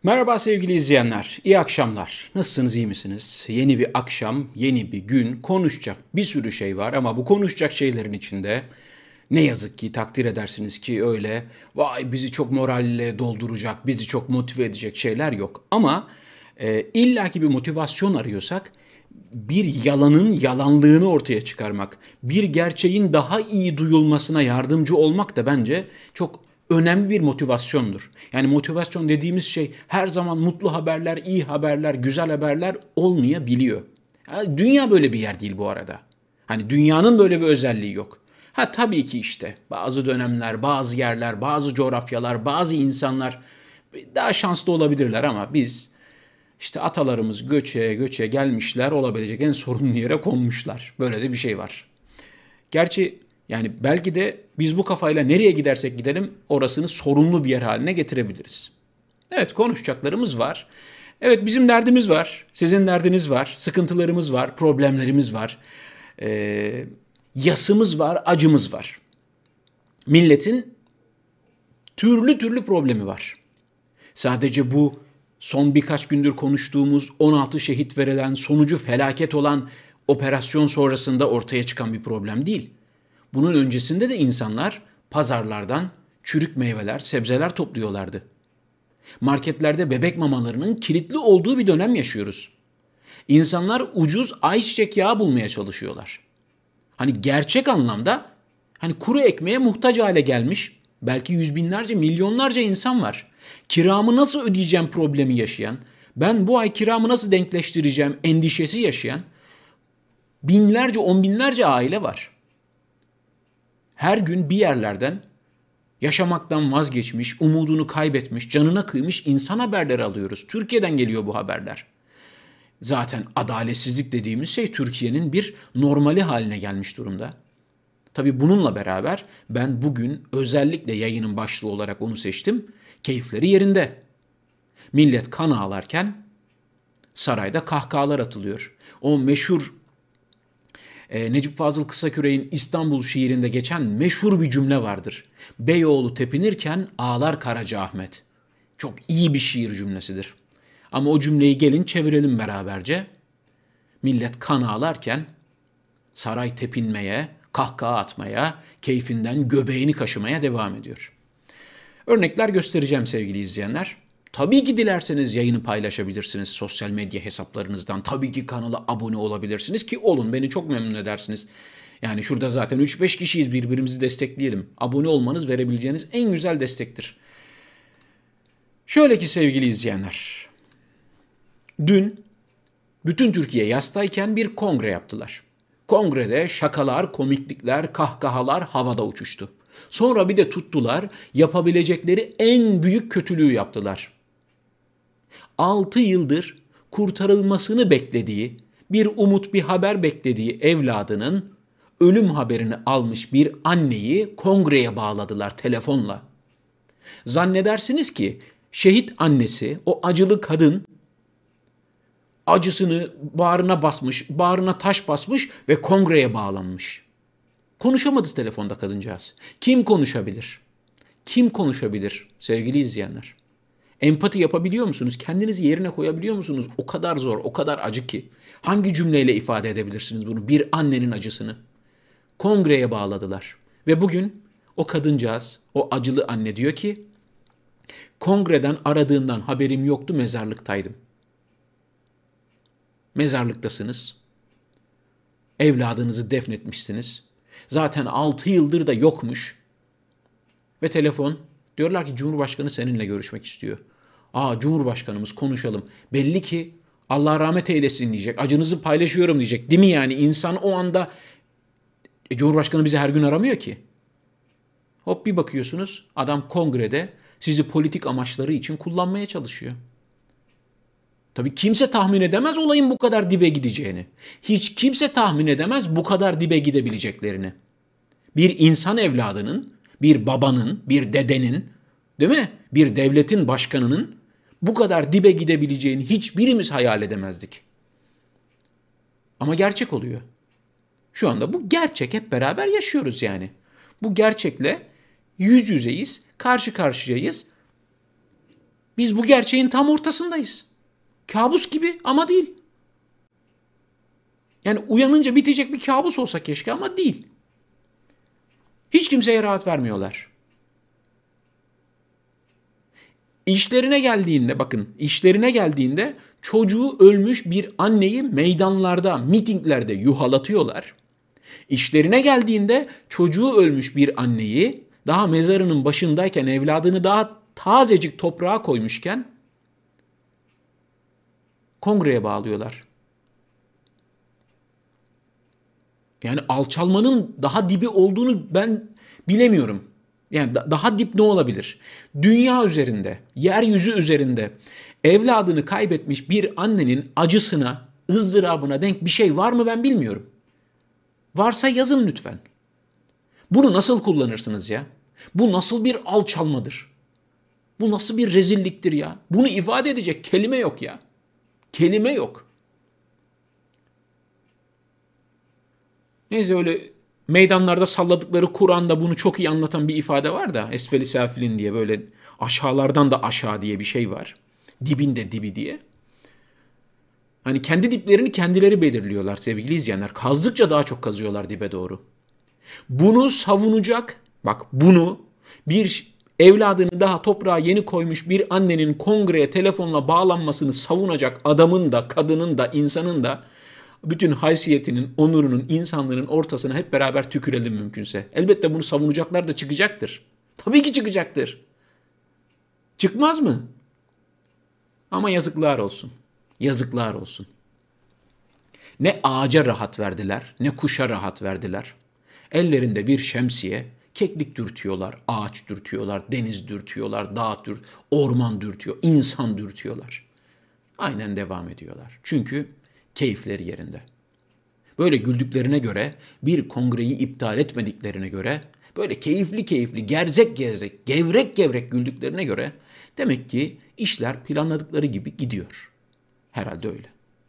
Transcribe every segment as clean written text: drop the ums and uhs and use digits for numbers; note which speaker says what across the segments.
Speaker 1: Merhaba sevgili izleyenler, iyi akşamlar. Nasılsınız, iyi misiniz? Yeni bir akşam, yeni bir gün, konuşacak bir sürü şey var ama bu konuşacak şeylerin içinde ne yazık ki takdir edersiniz ki öyle vay bizi çok moralle dolduracak, bizi çok motive edecek şeyler yok. Ama illaki bir motivasyon arıyorsak bir yalanın yalanlığını ortaya çıkarmak, bir gerçeğin daha iyi duyulmasına yardımcı olmak da bence çok önemli bir motivasyondur. Yani motivasyon dediğimiz şey her zaman mutlu haberler, iyi haberler, güzel haberler olmayabiliyor. Yani dünya böyle bir yer değil bu arada. Hani dünyanın böyle bir özelliği yok. Ha tabii ki işte bazı dönemler, bazı yerler, bazı coğrafyalar, bazı insanlar daha şanslı olabilirler ama biz işte atalarımız göçe göçe gelmişler, olabilecek en sorunlu yere konmuşlar. Böyle de bir şey var. Gerçi yani belki de biz bu kafayla nereye gidersek gidelim orasını sorunlu bir yer haline getirebiliriz. Evet, konuşacaklarımız var. Evet, bizim derdimiz var. Sizin derdiniz var. Sıkıntılarımız var. Problemlerimiz var. Ee, Yasımız var. Acımız var. Milletin türlü türlü problemi var. Sadece bu son birkaç gündür konuştuğumuz 16 şehit verilen, sonucu felaket olan operasyon sonrasında ortaya çıkan bir problem değil. Bunun öncesinde de insanlar pazarlardan çürük meyveler, sebzeler topluyorlardı. Marketlerde bebek mamalarının kilitli olduğu bir dönem yaşıyoruz. İnsanlar ucuz ayçiçek yağı bulmaya çalışıyorlar. Hani gerçek anlamda hani kuru ekmeğe muhtaç hale gelmiş belki yüz binlerce, milyonlarca insan var. Kiramı nasıl ödeyeceğim problemi yaşayan, ben bu ay kiramı nasıl denkleştireceğim endişesi yaşayan binlerce, on binlerce aile var. Her gün bir yerlerden yaşamaktan vazgeçmiş, umudunu kaybetmiş, canına kıymış insan haberleri alıyoruz. Türkiye'den geliyor bu haberler. Zaten adaletsizlik dediğimiz şey Türkiye'nin bir normali haline gelmiş durumda. Tabii bununla beraber ben bugün özellikle yayının başlığı olarak onu seçtim. Keyifleri yerinde. Millet kan ağlarken sarayda kahkahalar atılıyor. O meşhur Necip Fazıl Kısaküre'nin İstanbul şiirinde geçen meşhur bir cümle vardır. Beyoğlu tepinirken ağlar Karacaahmet. Çok iyi bir şiir cümlesidir. Ama o cümleyi gelin çevirelim beraberce. Millet kan ağlarken saray tepinmeye, kahkaha atmaya, keyfinden göbeğini kaşımaya devam ediyor. Örnekler göstereceğim sevgili izleyenler. Tabii ki dilerseniz yayını paylaşabilirsiniz sosyal medya hesaplarınızdan. Tabii ki kanala abone olabilirsiniz ki olun, beni çok memnun edersiniz. Yani şurada zaten 3-5 kişiyiz, birbirimizi destekleyelim. Abone olmanız verebileceğiniz en güzel destektir. Şöyle ki sevgili izleyenler. Dün bütün Türkiye yastayken bir kongre yaptılar. Kongrede şakalar, komiklikler, kahkahalar havada uçuştu. Sonra bir de tuttular, yapabilecekleri en büyük kötülüğü yaptılar. 6 yıldır kurtarılmasını beklediği, bir umut, bir haber beklediği evladının ölüm haberini almış bir anneyi kongreye bağladılar telefonla. Zannedersiniz ki şehit annesi, o acılı kadın acısını bağrına basmış, bağrına taş basmış ve kongreye bağlanmış. Konuşamadı telefonda kadıncağız. Kim konuşabilir? Kim konuşabilir sevgili izleyenler? Empati yapabiliyor musunuz? Kendinizi yerine koyabiliyor musunuz? O kadar zor, o kadar acı ki. Hangi cümleyle ifade edebilirsiniz bunu? Bir annenin acısını. Kongreye bağladılar. Ve bugün o kadıncağız, o acılı anne diyor ki, kongreden aradığından haberim yoktu, mezarlıktaydım. Mezarlıktasınız. Evladınızı defnetmişsiniz. Zaten 6 yıldır da yokmuş. Ve telefon, diyorlar ki Cumhurbaşkanı seninle görüşmek istiyor. Cumhurbaşkanımız, konuşalım. Belli ki Allah rahmet eylesin diyecek. Acınızı paylaşıyorum diyecek. Değil mi yani? İnsan o anda Cumhurbaşkanı bizi her gün aramıyor ki. Hop bir bakıyorsunuz adam kongrede sizi politik amaçları için kullanmaya çalışıyor. Tabii kimse tahmin edemez olayın bu kadar dibe gideceğini. Hiç kimse tahmin edemez bu kadar dibe gidebileceklerini. Bir insan evladının, bir babanın, bir dedenin, değil mi? Bir devletin başkanının bu kadar dibe gidebileceğini hiçbirimiz hayal edemezdik. Ama gerçek oluyor. Şu anda bu gerçek, hep beraber yaşıyoruz yani. Bu gerçekle yüz yüzeyiz, karşı karşıyayız. Biz bu gerçeğin tam ortasındayız. Kabus gibi ama değil. Yani uyanınca bitecek bir kabus olsa keşke ama değil. Hiç kimseye rahat vermiyorlar. İşlerine geldiğinde bakın, işlerine geldiğinde çocuğu ölmüş bir anneyi meydanlarda, mitinglerde yuhalatıyorlar. İşlerine geldiğinde çocuğu ölmüş bir anneyi daha mezarının başındayken evladını daha tazecik toprağa koymuşken kongreye bağlıyorlar. Yani alçalmanın daha dibi olduğunu ben bilemiyorum. Yani daha dip ne olabilir? Dünya üzerinde, yeryüzü üzerinde evladını kaybetmiş bir annenin acısına, ızdırabına denk bir şey var mı ben bilmiyorum. Varsa yazın lütfen. Bunu nasıl kullanırsınız ya? Bu nasıl bir alçalmadır? Bu nasıl bir rezilliktir ya? Bunu ifade edecek kelime yok ya. Kelime yok. Neyse öyle meydanlarda salladıkları Kur'an'da bunu çok iyi anlatan bir ifade var da esfeli safilin diye böyle aşağılardan da aşağı diye bir şey var. Dibin de dibi diye. Hani kendi diplerini kendileri belirliyorlar sevgili izleyenler. Kazdıkça daha çok kazıyorlar dibe doğru. Bunu savunacak, bak bunu bir evladını daha toprağa yeni koymuş bir annenin kongreye telefonla bağlanmasını savunacak adamın da, kadının da, insanın da bütün haysiyetinin, onurunun, insanlığının ortasına hep beraber tükürelim mümkünse. Elbette bunu savunacaklar da çıkacaktır. Tabii ki çıkacaktır. Çıkmaz mı? Ama yazıklar olsun. Yazıklar olsun. Ne ağaca rahat verdiler, ne kuşa rahat verdiler. Ellerinde bir şemsiye, keklik dürtüyorlar, ağaç dürtüyorlar, deniz dürtüyorlar, dağ orman dürtüyor, insan dürtüyorlar. Aynen devam ediyorlar. Çünkü keyifleri yerinde. Böyle güldüklerine göre, bir kongreyi iptal etmediklerine göre, böyle keyifli keyifli, gerzek gerzek, gevrek gevrek güldüklerine göre demek ki işler planladıkları gibi gidiyor. Herhalde öyle.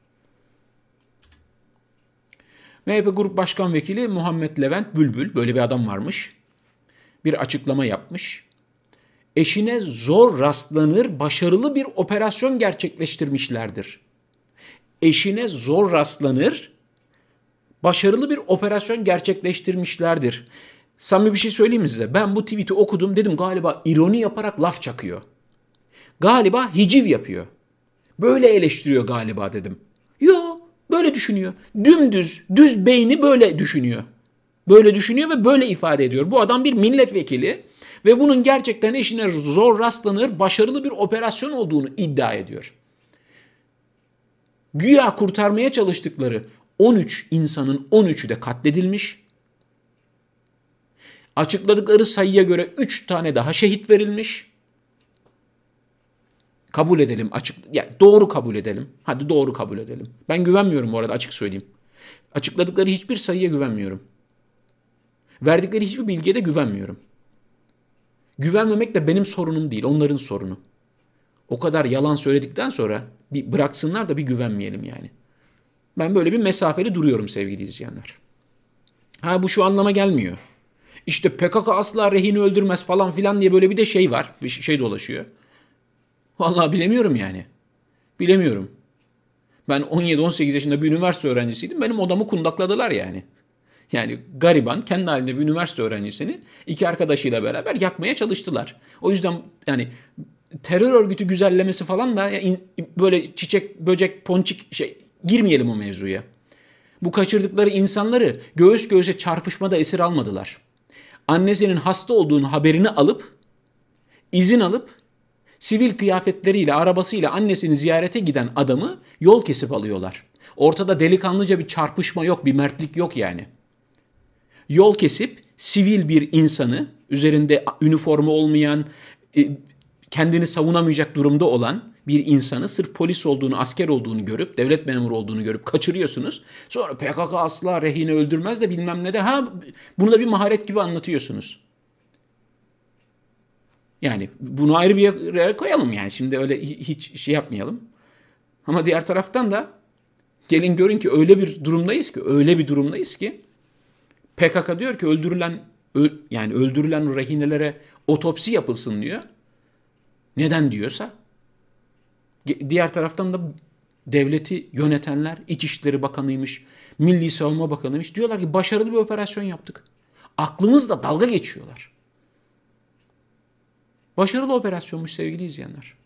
Speaker 1: MHP Grup Başkan Vekili Muhammed Levent Bülbül, böyle bir adam varmış, bir açıklama yapmış. Eşine zor rastlanır başarılı bir operasyon gerçekleştirmişlerdir. Eşine zor rastlanır başarılı bir operasyon gerçekleştirmişlerdir. Samimi bir şey söyleyeyim mi size? Ben bu tweet'i okudum, dedim galiba ironi yaparak laf çakıyor. Galiba hiciv yapıyor. Böyle eleştiriyor galiba dedim. Yo, böyle düşünüyor. Dümdüz, düz beyni böyle düşünüyor. Böyle düşünüyor ve böyle ifade ediyor. Bu adam bir milletvekili ve bunun gerçekten eşine zor rastlanır başarılı bir operasyon olduğunu iddia ediyor. Güya kurtarmaya çalıştıkları 13 insanın 13'ü de katledilmiş. Açıkladıkları sayıya göre 3 tane daha şehit verilmiş. Kabul edelim, yani doğru kabul edelim. Hadi doğru kabul edelim. Ben güvenmiyorum bu arada, açık söyleyeyim. Açıkladıkları hiçbir sayıya güvenmiyorum. Verdikleri hiçbir bilgiye de güvenmiyorum. Güvenmemek de benim sorunum değil, onların sorunu. O kadar yalan söyledikten sonra bir bıraksınlar da bir güvenmeyelim yani. Ben böyle bir mesafeli duruyorum sevgili izleyenler. Ha, bu şu anlama gelmiyor. İşte PKK asla rehini öldürmez falan filan diye böyle bir de şey var. Bir şey dolaşıyor. Vallahi bilemiyorum yani. Bilemiyorum. Ben 17-18 yaşında bir üniversite öğrencisiydim. Benim odamı kundakladılar yani. Yani gariban, kendi halinde bir üniversite öğrencisini iki arkadaşıyla beraber yakmaya çalıştılar. O yüzden yani terör örgütü güzellemesi falan da böyle çiçek, böcek, ponçik girmeyelim o mevzuya. Bu kaçırdıkları insanları göğüs göğüse çarpışmada esir almadılar. Annesinin hasta olduğunu haberini alıp, izin alıp, sivil kıyafetleriyle, arabasıyla annesini ziyarete giden adamı yol kesip alıyorlar. Ortada delikanlıca bir çarpışma yok, bir mertlik yok yani. Yol kesip sivil bir insanı, üzerinde üniforma olmayan, kendini savunamayacak durumda olan bir insanı sırf polis olduğunu, asker olduğunu görüp, devlet memuru olduğunu görüp kaçırıyorsunuz. Sonra PKK asla rehini öldürmez de bilmem ne de, bunu da bir maharet gibi anlatıyorsunuz. Yani bunu ayrı bir yere koyalım yani, şimdi öyle hiç şey yapmayalım. Ama diğer taraftan da gelin görün ki öyle bir durumdayız ki PKK diyor ki öldürülen rehinelere otopsi yapılsın diyor. Neden diyorsa Diğer taraftan da devleti yönetenler, İçişleri Bakanıymış, Milli Savunma Bakanıymış diyorlar ki başarılı bir operasyon yaptık. Aklımızla dalga geçiyorlar. Başarılı operasyonmuş sevgili izleyenler.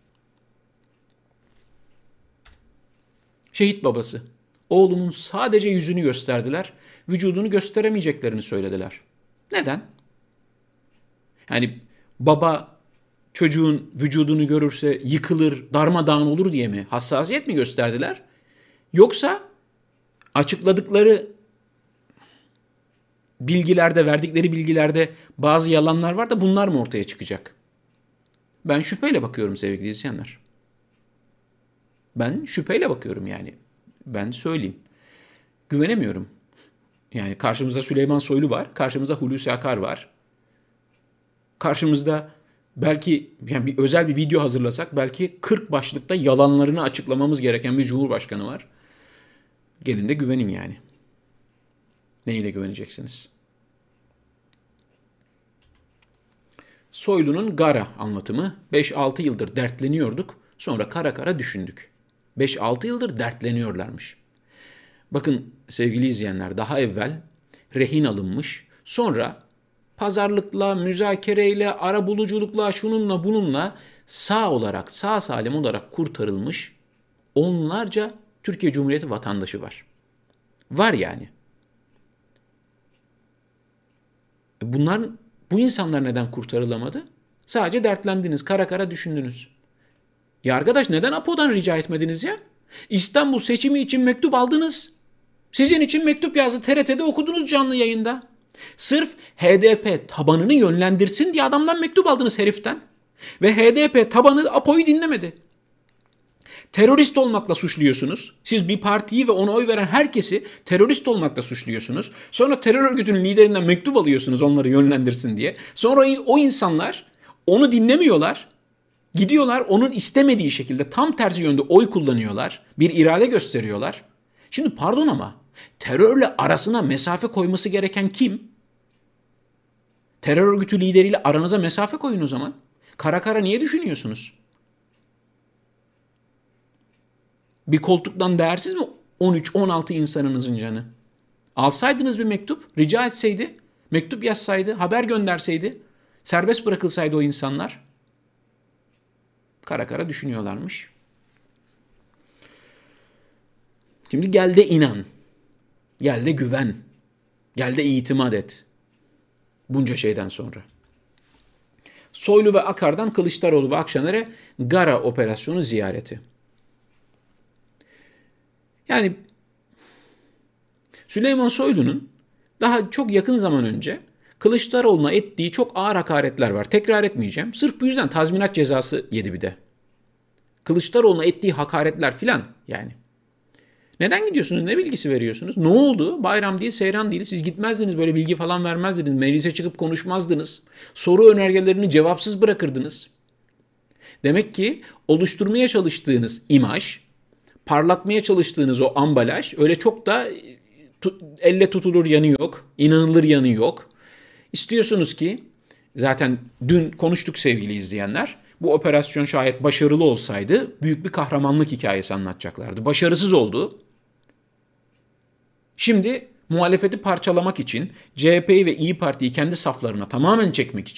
Speaker 1: Şehit babası. Oğlumun sadece yüzünü gösterdiler, vücudunu gösteremeyeceklerini söylediler. Neden? Yani baba çocuğun vücudunu görürse yıkılır, darmadağın olur diye mi? Hassasiyet mi gösterdiler? Yoksa açıkladıkları bilgilerde, verdikleri bilgilerde bazı yalanlar var da bunlar mı ortaya çıkacak? Ben şüpheyle bakıyorum sevgili izleyenler. Ben şüpheyle bakıyorum yani. Ben söyleyeyim. Güvenemiyorum. Yani karşımızda Süleyman Soylu var, karşımızda Hulusi Akar var. Karşımızda belki yani bir özel bir video hazırlasak belki 40 başlıkta yalanlarını açıklamamız gereken bir cumhurbaşkanı var. Gelin de güvenin yani. Neyle güveneceksiniz? Soylu'nun Gara anlatımı. 5-6 yıldır dertleniyorduk. Sonra kara kara düşündük. 5-6 yıldır dertleniyorlarmış. Bakın sevgili izleyenler, daha evvel rehin alınmış. Sonra pazarlıkla, müzakereyle, arabuluculukla, şununla bununla sağ salim olarak kurtarılmış onlarca Türkiye Cumhuriyeti vatandaşı var. Var yani. Bu insanlar neden kurtarılamadı? Sadece dertlendiniz, kara kara düşündünüz. Ya arkadaş neden APO'dan rica etmediniz ya? İstanbul seçimi için mektup aldınız. Sizin için mektup yazdı. TRT'de okudunuz canlı yayında. Sırf HDP tabanını yönlendirsin diye adamdan mektup aldınız heriften. Ve HDP tabanı APO'yu dinlemedi. Terörist olmakla suçluyorsunuz. Siz bir partiyi ve ona oy veren herkesi terörist olmakla suçluyorsunuz. Sonra terör örgütünün liderinden mektup alıyorsunuz onları yönlendirsin diye. Sonra o insanlar onu dinlemiyorlar. Gidiyorlar onun istemediği şekilde tam tersi yönde oy kullanıyorlar. Bir irade gösteriyorlar. Şimdi pardon ama terörle arasına mesafe koyması gereken kim? Terör örgütü lideriyle aranıza mesafe koyun o zaman. Kara kara niye düşünüyorsunuz? Bir koltuktan değersiz mi 13-16 insanınızın canı? Alsaydınız bir mektup, rica etseydi, mektup yazsaydı, haber gönderseydi, serbest bırakılsaydı o insanlar. Kara kara düşünüyorlarmış. Şimdi gel de inan, gel de güven, gel de itimat et. Bunca şeyden sonra. Soylu ve Akar'dan Kılıçdaroğlu ve Akşener'e Gara operasyonu ziyareti. Yani Süleyman Soylu'nun daha çok yakın zaman önce Kılıçdaroğlu'na ettiği çok ağır hakaretler var. Tekrar etmeyeceğim. Sırf bu yüzden tazminat cezası yedi bir de. Kılıçdaroğlu'na ettiği hakaretler filan yani. Neden gidiyorsunuz? Ne bilgisi veriyorsunuz? Ne oldu? Bayram değil, seyran değil. Siz gitmezdiniz, böyle bilgi falan vermezdiniz. Meclise çıkıp konuşmazdınız. Soru önergelerini cevapsız bırakırdınız. Demek ki oluşturmaya çalıştığınız imaj, parlatmaya çalıştığınız o ambalaj öyle çok da elle tutulur yanı yok, inanılır yanı yok. İstiyorsunuz ki zaten dün konuştuk sevgili izleyenler. Bu operasyon şayet başarılı olsaydı büyük bir kahramanlık hikayesi anlatacaklardı. Başarısız oldu. Şimdi muhalefeti parçalamak için, CHP'yi ve İyi Parti'yi kendi saflarına tamamen çekmek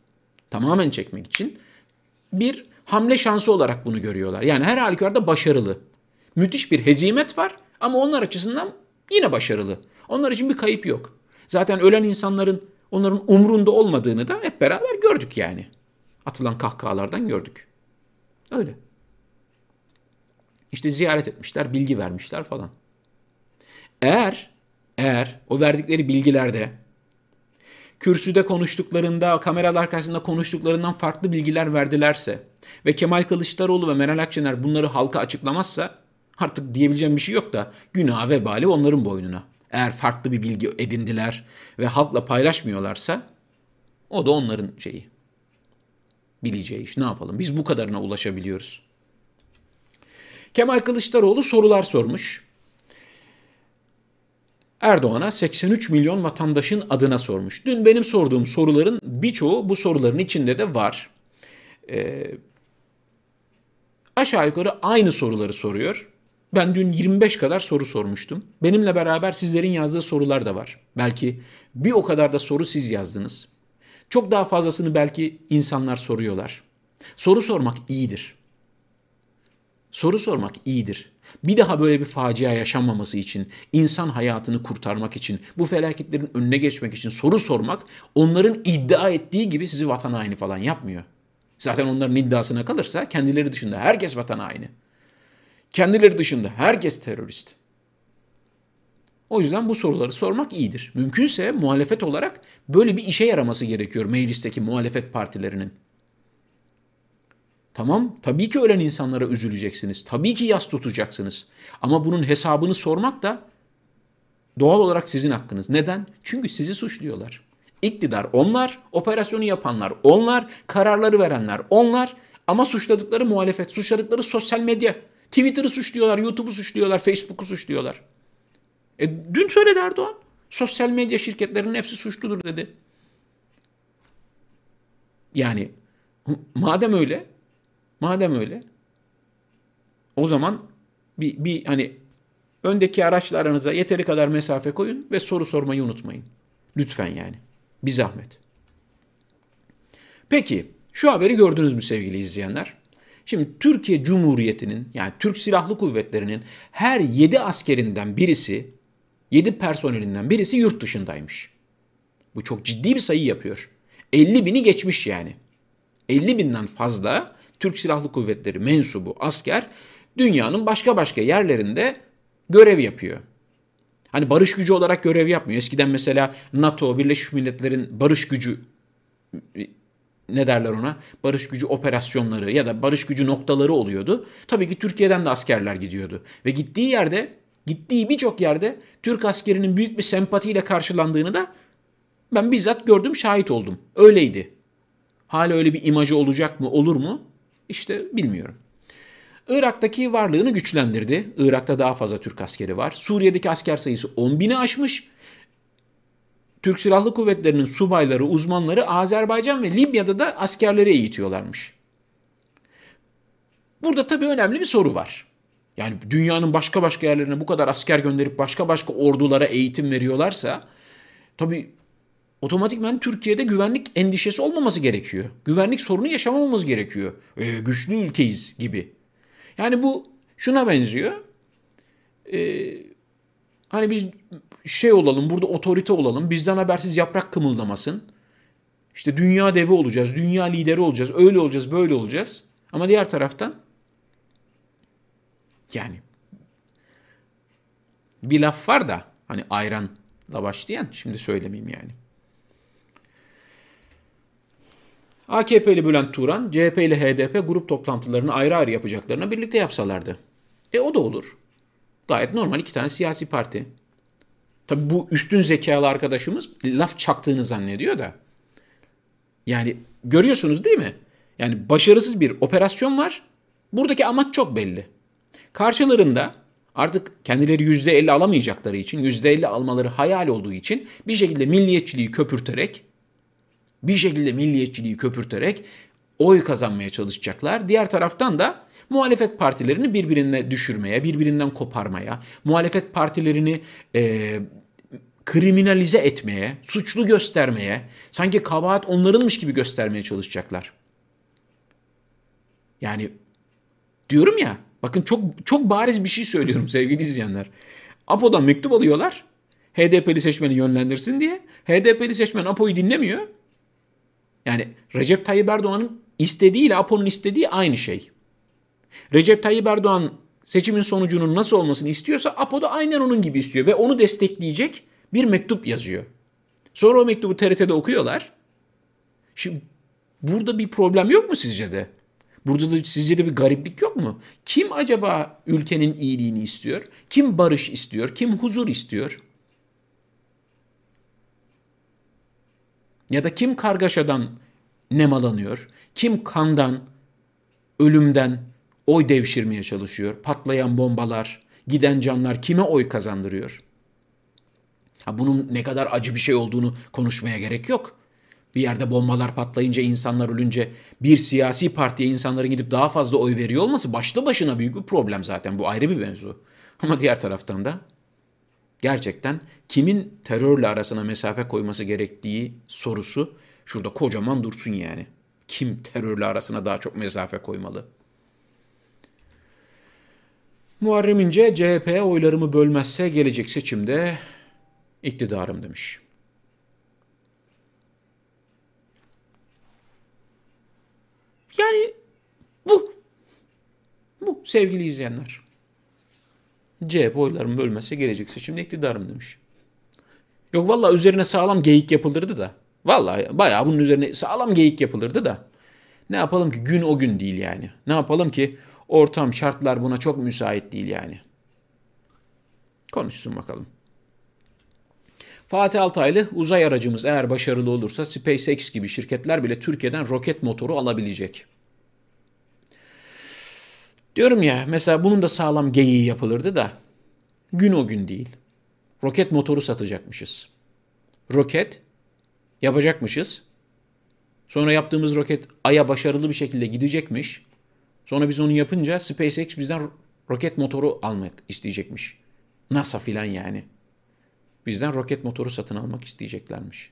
Speaker 1: için bir hamle şansı olarak bunu görüyorlar. Yani her halükarda başarılı. Müthiş bir hezimet var ama onlar açısından yine başarılı. Onlar için bir kayıp yok. Zaten ölen insanların onların umrunda olmadığını da hep beraber gördük yani. Atılan kahkahalardan gördük. Öyle. İşte ziyaret etmişler, bilgi vermişler falan. Eğer o verdikleri bilgilerde kürsüde konuştuklarında, kameralar karşısında konuştuklarından farklı bilgiler verdilerse ve Kemal Kılıçdaroğlu ve Meral Akşener bunları halka açıklamazsa artık diyebileceğim bir şey yok da günah vebali onların boynuna. Eğer farklı bir bilgi edindiler ve halkla paylaşmıyorlarsa o da onların şeyi. Bileceği iş. Ne yapalım? Biz bu kadarına ulaşabiliyoruz. Kemal Kılıçdaroğlu sorular sormuş. Erdoğan'a 83 milyon vatandaşın adına sormuş. Dün benim sorduğum soruların birçoğu bu soruların içinde de var. Aşağı yukarı aynı soruları soruyor. Ben dün 25 kadar soru sormuştum. Benimle beraber sizlerin yazdığı sorular da var. Belki bir o kadar da soru siz yazdınız. Çok daha fazlasını belki insanlar soruyorlar. Soru sormak iyidir. Soru sormak iyidir. Bir daha böyle bir facia yaşanmaması için, insan hayatını kurtarmak için, bu felaketlerin önüne geçmek için soru sormak onların iddia ettiği gibi sizi vatan haini falan yapmıyor. Zaten onların iddiasına kalırsa kendileri dışında herkes vatan haini. Kendileri dışında herkes terörist. O yüzden bu soruları sormak iyidir. Mümkünse muhalefet olarak böyle bir işe yaraması gerekiyor meclisteki muhalefet partilerinin. Tamam, tabii ki ölen insanlara üzüleceksiniz. Tabii ki yas tutacaksınız. Ama bunun hesabını sormak da doğal olarak sizin hakkınız. Neden? Çünkü sizi suçluyorlar. İktidar onlar, operasyonu yapanlar onlar, kararları verenler onlar ama suçladıkları muhalefet, suçladıkları sosyal medya. Twitter'ı suçluyorlar, YouTube'u suçluyorlar, Facebook'u suçluyorlar. Dün söyledi Erdoğan. Sosyal medya şirketlerinin hepsi suçludur dedi. Yani madem öyle o zaman bir hani öndeki araçla aranıza yeteri kadar mesafe koyun ve soru sormayı unutmayın. Lütfen yani. Bir zahmet. Peki şu haberi gördünüz mü sevgili izleyenler? Şimdi Türkiye Cumhuriyeti'nin yani Türk Silahlı Kuvvetleri'nin her 7 askerinden birisi, 7 personelinden birisi yurt dışındaymış. Bu çok ciddi bir sayı yapıyor. 50 bini geçmiş yani. 50 binden fazla Türk Silahlı Kuvvetleri mensubu asker dünyanın başka yerlerinde görev yapıyor. Hani barış gücü olarak görev yapmıyor. Eskiden mesela NATO, Birleşmiş Milletler'in barış gücü ne derler ona? Barış gücü operasyonları ya da barış gücü noktaları oluyordu. Tabii ki Türkiye'den de askerler gidiyordu. Ve gittiği birçok yerde Türk askerinin büyük bir sempatiyle karşılandığını da ben bizzat gördüm, şahit oldum. Öyleydi. Hala öyle bir imajı olacak mı, olur mu? İşte bilmiyorum. Irak'taki varlığını güçlendirdi. Irak'ta daha fazla Türk askeri var. Suriye'deki asker sayısı 10 bini aşmış. Türk Silahlı Kuvvetleri'nin subayları, uzmanları Azerbaycan ve Libya'da da askerleri eğitiyorlarmış. Burada tabii önemli bir soru var. Yani dünyanın başka yerlerine bu kadar asker gönderip başka ordulara eğitim veriyorlarsa tabii otomatikman Türkiye'de güvenlik endişesi olmaması gerekiyor. Güvenlik sorunu yaşamamamız gerekiyor. Güçlü ülkeyiz gibi. Yani bu şuna benziyor. Hani biz olalım, burada otorite olalım, bizden habersiz yaprak kımıldamasın. İşte dünya devi olacağız, dünya lideri olacağız, öyle olacağız, böyle olacağız. Ama diğer taraftan yani bir laf var da hani ayranla başlayan, şimdi söylemeyeyim yani. AKP'li Bülent Turan, CHP'li HDP grup toplantılarını ayrı yapacaklarına birlikte yapsalardı. O da olur. Gayet normal, iki tane siyasi parti. Tabii bu üstün zekalı arkadaşımız laf çaktığını zannediyor da. Yani görüyorsunuz değil mi? Yani başarısız bir operasyon var. Buradaki amaç çok belli. Karşılarında artık kendileri %50 alamayacakları için, %50 almaları hayal olduğu için bir şekilde milliyetçiliği köpürterek oy kazanmaya çalışacaklar. Diğer taraftan da muhalefet partilerini birbirine düşürmeye, birbirinden koparmaya, muhalefet partilerini kriminalize etmeye, suçlu göstermeye, sanki kabahat onlarınmış gibi göstermeye çalışacaklar. Yani diyorum ya, bakın çok bariz bir şey söylüyorum sevgili izleyenler. APO'dan mektup alıyorlar, HDP'li seçmeni yönlendirsin diye. HDP'li seçmen APO'yu dinlemiyor. Yani Recep Tayyip Erdoğan'ın istediği ile APO'nun istediği aynı şey. Recep Tayyip Erdoğan seçimin sonucunun nasıl olmasını istiyorsa APO da aynen onun gibi istiyor ve onu destekleyecek bir mektup yazıyor. Sonra o mektubu TRT'de okuyorlar. Şimdi burada bir problem yok mu sizce de? Burada da sizce de bir gariplik yok mu? Kim acaba ülkenin iyiliğini istiyor? Kim barış istiyor? Kim huzur istiyor? Ya da kim kargaşadan nemalanıyor? Kim kandan, ölümden oy devşirmeye çalışıyor? Patlayan bombalar, giden canlar kime oy kazandırıyor? Bunun ne kadar acı bir şey olduğunu konuşmaya gerek yok. Bir yerde bombalar patlayınca, insanlar ölünce bir siyasi partiye insanların gidip daha fazla oy veriyor olması başlı başına büyük bir problem zaten. Bu ayrı bir mevzu. Ama diğer taraftan da gerçekten kimin terörle arasına mesafe koyması gerektiği sorusu şurada kocaman dursun yani. Kim terörle arasına daha çok mesafe koymalı? Muharrem İnce CHP'ye oylarımı bölmezse gelecek seçimde iktidarım demiş. Yani bu sevgili izleyenler. CHP oylarımı bölmezse gelecek seçimde iktidarım demiş. Yok vallahi üzerine sağlam geyik yapılırdı da. Vallahi bayağı bunun üzerine sağlam geyik yapılırdı da. Ne yapalım ki gün o gün değil yani. Ne yapalım ki ortam şartlar buna çok müsait değil yani. Konuşsun bakalım. Fatih Altaylı uzay aracımız eğer başarılı olursa SpaceX gibi şirketler bile Türkiye'den roket motoru alabilecek. Diyorum ya mesela bunun da sağlam geyiği yapılırdı da gün o gün değil. Roket motoru satacakmışız. Roket yapacakmışız. Sonra yaptığımız roket Ay'a başarılı bir şekilde gidecekmiş. Sonra biz onu yapınca SpaceX bizden roket motoru almak isteyecekmiş. NASA filan yani. Bizden roket motoru satın almak isteyeceklermiş.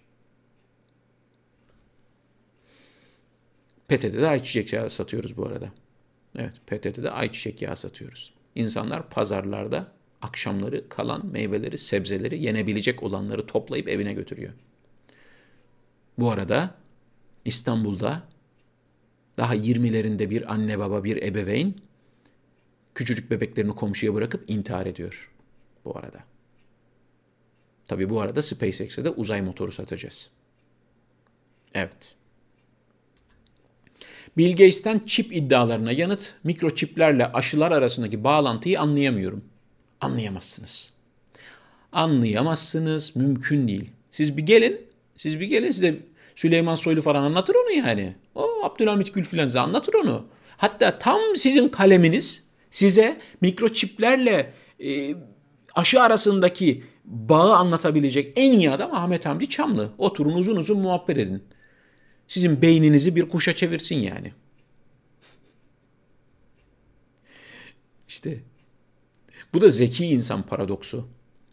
Speaker 1: PTT'de ayçiçek yağı satıyoruz bu arada. Evet, PTT'de ayçiçek yağı satıyoruz. İnsanlar pazarlarda akşamları kalan meyveleri, sebzeleri, yenebilecek olanları toplayıp evine götürüyor. Bu arada İstanbul'da daha 20'lerinde bir anne baba, bir ebeveyn küçücük bebeklerini komşuya bırakıp intihar ediyor bu arada. Tabii bu arada SpaceX'e de uzay motoru satacağız. Evet. Bill Gates'ten çip iddialarına yanıt, mikroçiplerle aşılar arasındaki bağlantıyı anlayamıyorum. Anlayamazsınız. Anlayamazsınız, mümkün değil. Siz bir gelin, size Süleyman Soylu falan anlatır onu yani. O Abdülhamit Gül filan size anlatır onu. Hatta tam sizin kaleminiz size mikroçiplerle aşı arasındaki bağı anlatabilecek en iyi adam Ahmet Hamdi Çamlı. Oturun uzun uzun muhabbet edin. Sizin beyninizi bir kuşa çevirsin yani. İşte bu da zeki insan paradoksu.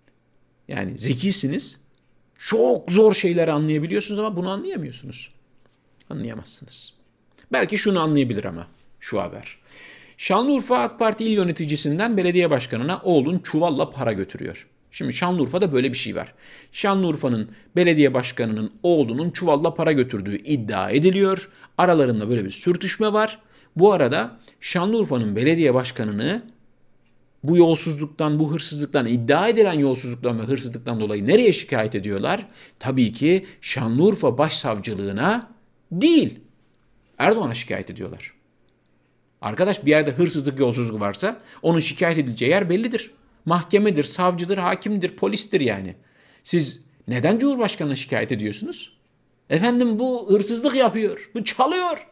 Speaker 1: Yani zekisiniz, çok zor şeyleri anlayabiliyorsunuz ama bunu anlayamıyorsunuz. Anlayamazsınız. Belki şunu anlayabilir ama şu haber. Şanlıurfa AK Parti il yöneticisinden belediye başkanına oğlun çuvalla para götürüyor. Şimdi Şanlıurfa'da böyle bir şey var. Şanlıurfa'nın belediye başkanının oğlunun çuvalla para götürdüğü iddia ediliyor. Aralarında böyle bir sürtüşme var. Bu arada Şanlıurfa'nın belediye başkanını bu yolsuzluktan, bu hırsızlıktan, iddia edilen yolsuzluktan ve hırsızlıktan dolayı nereye şikayet ediyorlar? Tabii ki Şanlıurfa Başsavcılığına değil, Erdoğan'a şikayet ediyorlar. Arkadaş bir yerde hırsızlık, yolsuzluk varsa onun şikayet edileceği yer bellidir. Mahkemedir, savcıdır, hakimdir, polistir yani. Siz neden Cumhurbaşkanı'na şikayet ediyorsunuz? Efendim bu hırsızlık yapıyor, bu çalıyor.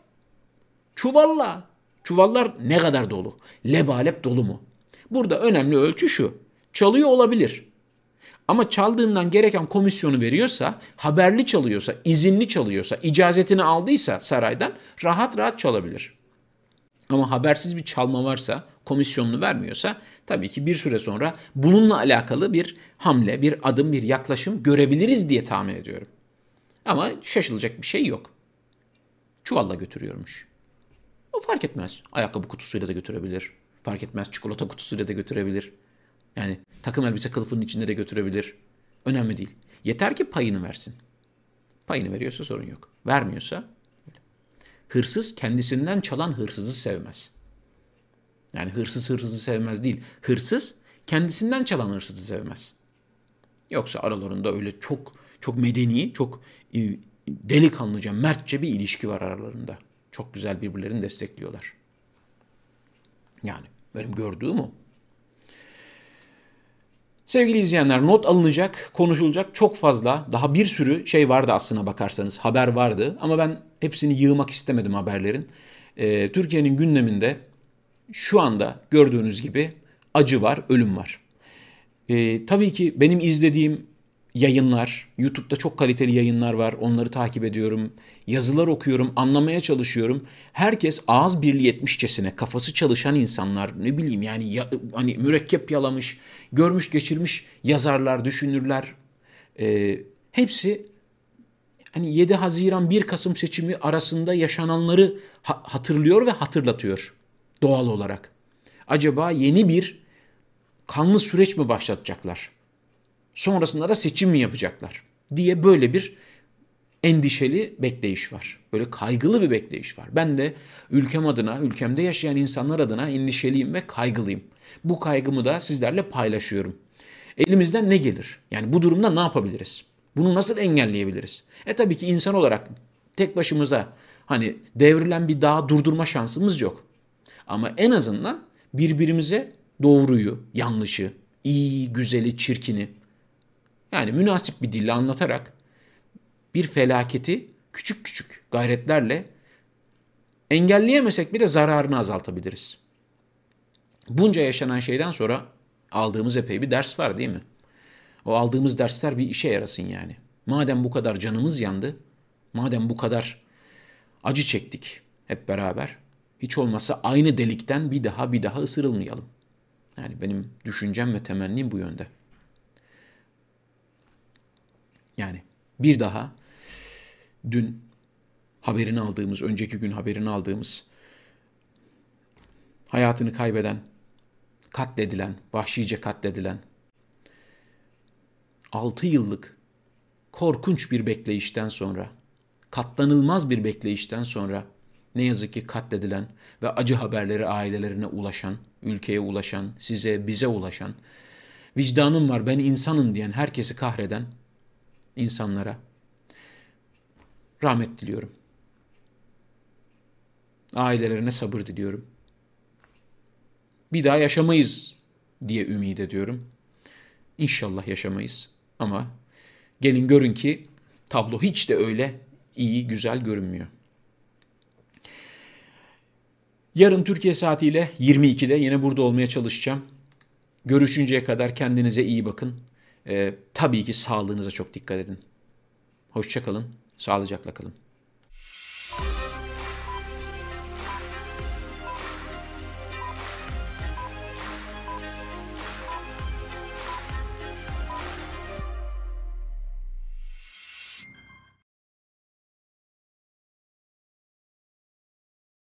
Speaker 1: Çuvalla. Çuvallar ne kadar dolu? Lebalep dolu mu? Burada önemli ölçü şu. Çalıyor olabilir. Ama çaldığından gereken komisyonu veriyorsa, haberli çalıyorsa, izinli çalıyorsa, icazetini aldıysa saraydan rahat rahat çalabilir. Ama habersiz bir çalma varsa, komisyonunu vermiyorsa tabii ki bir süre sonra bununla alakalı bir hamle, bir adım, bir yaklaşım görebiliriz diye tahmin ediyorum. Ama şaşılacak bir şey yok. Çuvalla götürüyormuş. O fark etmez. Ayakkabı kutusuyla da götürebilir. Fark etmez. Çikolata kutusuyla da götürebilir. Yani takım elbise kılıfının içinde de götürebilir. Önemli değil. Yeter ki payını versin. Payını veriyorsa sorun yok. Vermiyorsa hırsız kendisinden çalan hırsızı sevmez. Yani hırsız hırsızı sevmez değil. Hırsız kendisinden çalan hırsızı sevmez. Yoksa aralarında öyle çok çok medeni, çok delikanlıca, mertçe bir ilişki var aralarında. Çok güzel birbirlerini destekliyorlar. Yani benim gördüğüm o. Sevgili izleyenler, not alınacak, konuşulacak çok fazla, daha bir sürü şey vardı aslına bakarsanız, haber vardı. Ama ben hepsini yığmak istemedim haberlerin. Türkiye'nin gündeminde şu anda gördüğünüz gibi acı var, ölüm var. Tabii ki benim izlediğim yayınlar, YouTube'da çok kaliteli yayınlar var. Onları takip ediyorum. Yazılar okuyorum, anlamaya çalışıyorum. Herkes ağız birliği etmişçesine, kafası çalışan insanlar, ne bileyim yani hani mürekkep yalamış, görmüş geçirmiş yazarlar, düşünürler. Hepsi hani 7 Haziran 1 Kasım seçimi arasında yaşananları hatırlıyor ve hatırlatıyor doğal olarak. Acaba yeni bir kanlı süreç mi başlatacaklar? Sonrasında da seçim mi yapacaklar diye böyle bir endişeli bekleyiş var. Böyle kaygılı bir bekleyiş var. Ben de ülkem adına, ülkemde yaşayan insanlar adına endişeliyim ve kaygılıyım. Bu kaygımı da sizlerle paylaşıyorum. Elimizden ne gelir? Yani bu durumda ne yapabiliriz? Bunu nasıl engelleyebiliriz? Tabii ki insan olarak tek başımıza hani devrilen bir dağı durdurma şansımız yok. Ama en azından birbirimize doğruyu, yanlışı, iyi, güzeli, çirkini yani münasip bir dille anlatarak bir felaketi küçük küçük gayretlerle engelleyemesek bile zararını azaltabiliriz. Bunca yaşanan şeyden sonra aldığımız epey bir ders var değil mi? O aldığımız dersler bir işe yarasın yani. Madem bu kadar canımız yandı, madem bu kadar acı çektik hep beraber, hiç olmazsa aynı delikten bir daha ısırılmayalım. Yani benim düşüncem ve temennim bu yönde. Yani bir daha dün haberini aldığımız, önceki gün haberini aldığımız, hayatını kaybeden, katledilen, vahşice katledilen, 6 yıllık korkunç bir bekleyişten sonra, katlanılmaz bir bekleyişten sonra ne yazık ki katledilen ve acı haberleri ailelerine ulaşan, ülkeye ulaşan, size, bize ulaşan, vicdanım var, ben insanım diyen herkesi kahreden insanlara rahmet diliyorum. Ailelerine sabır diliyorum. Bir daha yaşamayız diye ümit ediyorum. İnşallah yaşamayız ama gelin görün ki tablo hiç de öyle iyi, güzel görünmüyor. Yarın Türkiye saatiyle 22'de yine burada olmaya çalışacağım. Görüşünceye kadar kendinize iyi bakın. Tabii ki sağlığınıza çok dikkat edin. Hoşça kalın, sağlıcakla kalın.